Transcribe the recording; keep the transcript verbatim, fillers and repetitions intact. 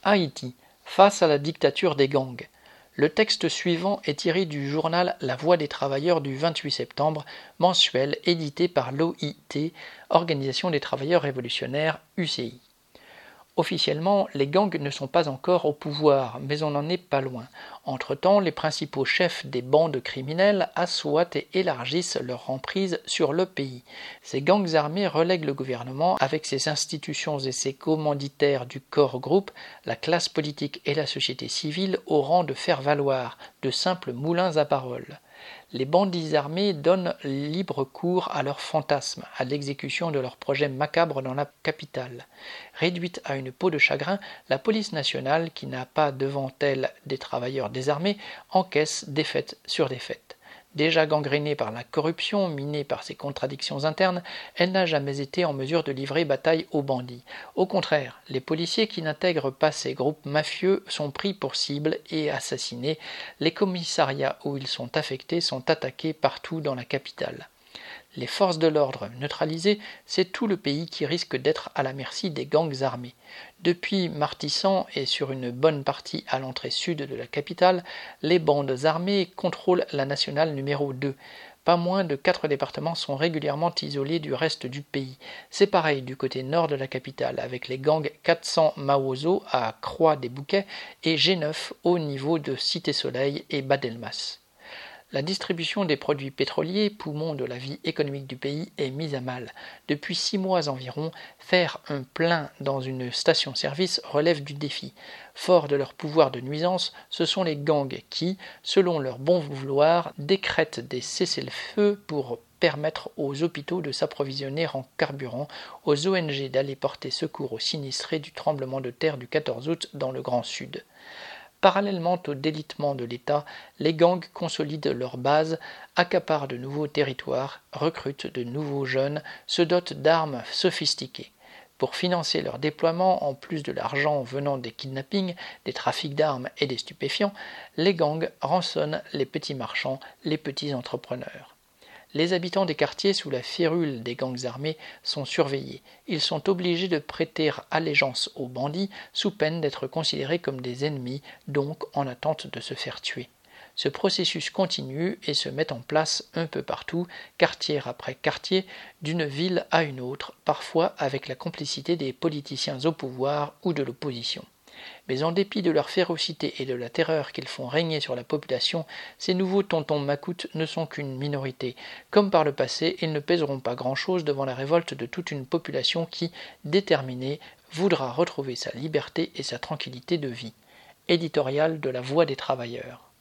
Haïti, face à la dictature des gangs. Le texte suivant est tiré du journal La Voix des travailleurs du vingt-huit septembre, mensuel édité par l'O I T, Organisation des travailleurs révolutionnaires, U C I. Officiellement, les gangs ne sont pas encore au pouvoir, mais on n'en est pas loin. Entre-temps, les principaux chefs des bandes criminelles assoient et élargissent leur emprise sur le pays. Ces gangs armés relèguent le gouvernement, avec ses institutions et ses commanditaires du corps groupe, la classe politique et la société civile au rang de faire-valoir, de simples moulins à parole. Les bandits armés donnent libre cours à leurs fantasmes, à l'exécution de leurs projets macabres dans la capitale. Réduite à une peau de chagrin, la police nationale, qui n'a pas devant elle des travailleurs désarmés, encaisse défaite sur défaite. Déjà gangrénée par la corruption, minée par ses contradictions internes, elle n'a jamais été en mesure de livrer bataille aux bandits. Au contraire, les policiers qui n'intègrent pas ces groupes mafieux sont pris pour cible et assassinés. Les commissariats où ils sont affectés sont attaqués partout dans la capitale. Les forces de l'ordre neutralisées, c'est tout le pays qui risque d'être à la merci des gangs armés. Depuis Martissan et sur une bonne partie à l'entrée sud de la capitale, les bandes armées contrôlent la nationale numéro deux. Pas moins de quatre départements sont régulièrement isolés du reste du pays. C'est pareil du côté nord de la capitale, avec les gangs quatre cents Maozo à Croix-des-Bouquets et G neuf au niveau de Cité-Soleil et Bas-Delmas. La distribution des produits pétroliers, poumon de la vie économique du pays, est mise à mal. Depuis six mois environ, faire un plein dans une station-service relève du défi. Forts de leur pouvoir de nuisance, ce sont les gangs qui, selon leur bon vouloir, décrètent des cessez-le-feu pour permettre aux hôpitaux de s'approvisionner en carburant, aux O N G d'aller porter secours aux sinistrés du tremblement de terre du quatorze août dans le Grand Sud. Parallèlement au délitement de l'État, les gangs consolident leur base, accaparent de nouveaux territoires, recrutent de nouveaux jeunes, se dotent d'armes sophistiquées. Pour financer leur déploiement, en plus de l'argent venant des kidnappings, des trafics d'armes et des stupéfiants, les gangs rançonnent les petits marchands, les petits entrepreneurs. Les habitants des quartiers sous la férule des gangs armés sont surveillés. Ils sont obligés de prêter allégeance aux bandits sous peine d'être considérés comme des ennemis, donc en attente de se faire tuer. Ce processus continue et se met en place un peu partout, quartier après quartier, d'une ville à une autre, parfois avec la complicité des politiciens au pouvoir ou de l'opposition. Mais en dépit de leur férocité et de la terreur qu'ils font régner sur la population, ces nouveaux tontons macoutes ne sont qu'une minorité. Comme par le passé, ils ne pèseront pas grand-chose devant la révolte de toute une population qui, déterminée, voudra retrouver sa liberté et sa tranquillité de vie. Éditorial de La Voix des travailleurs.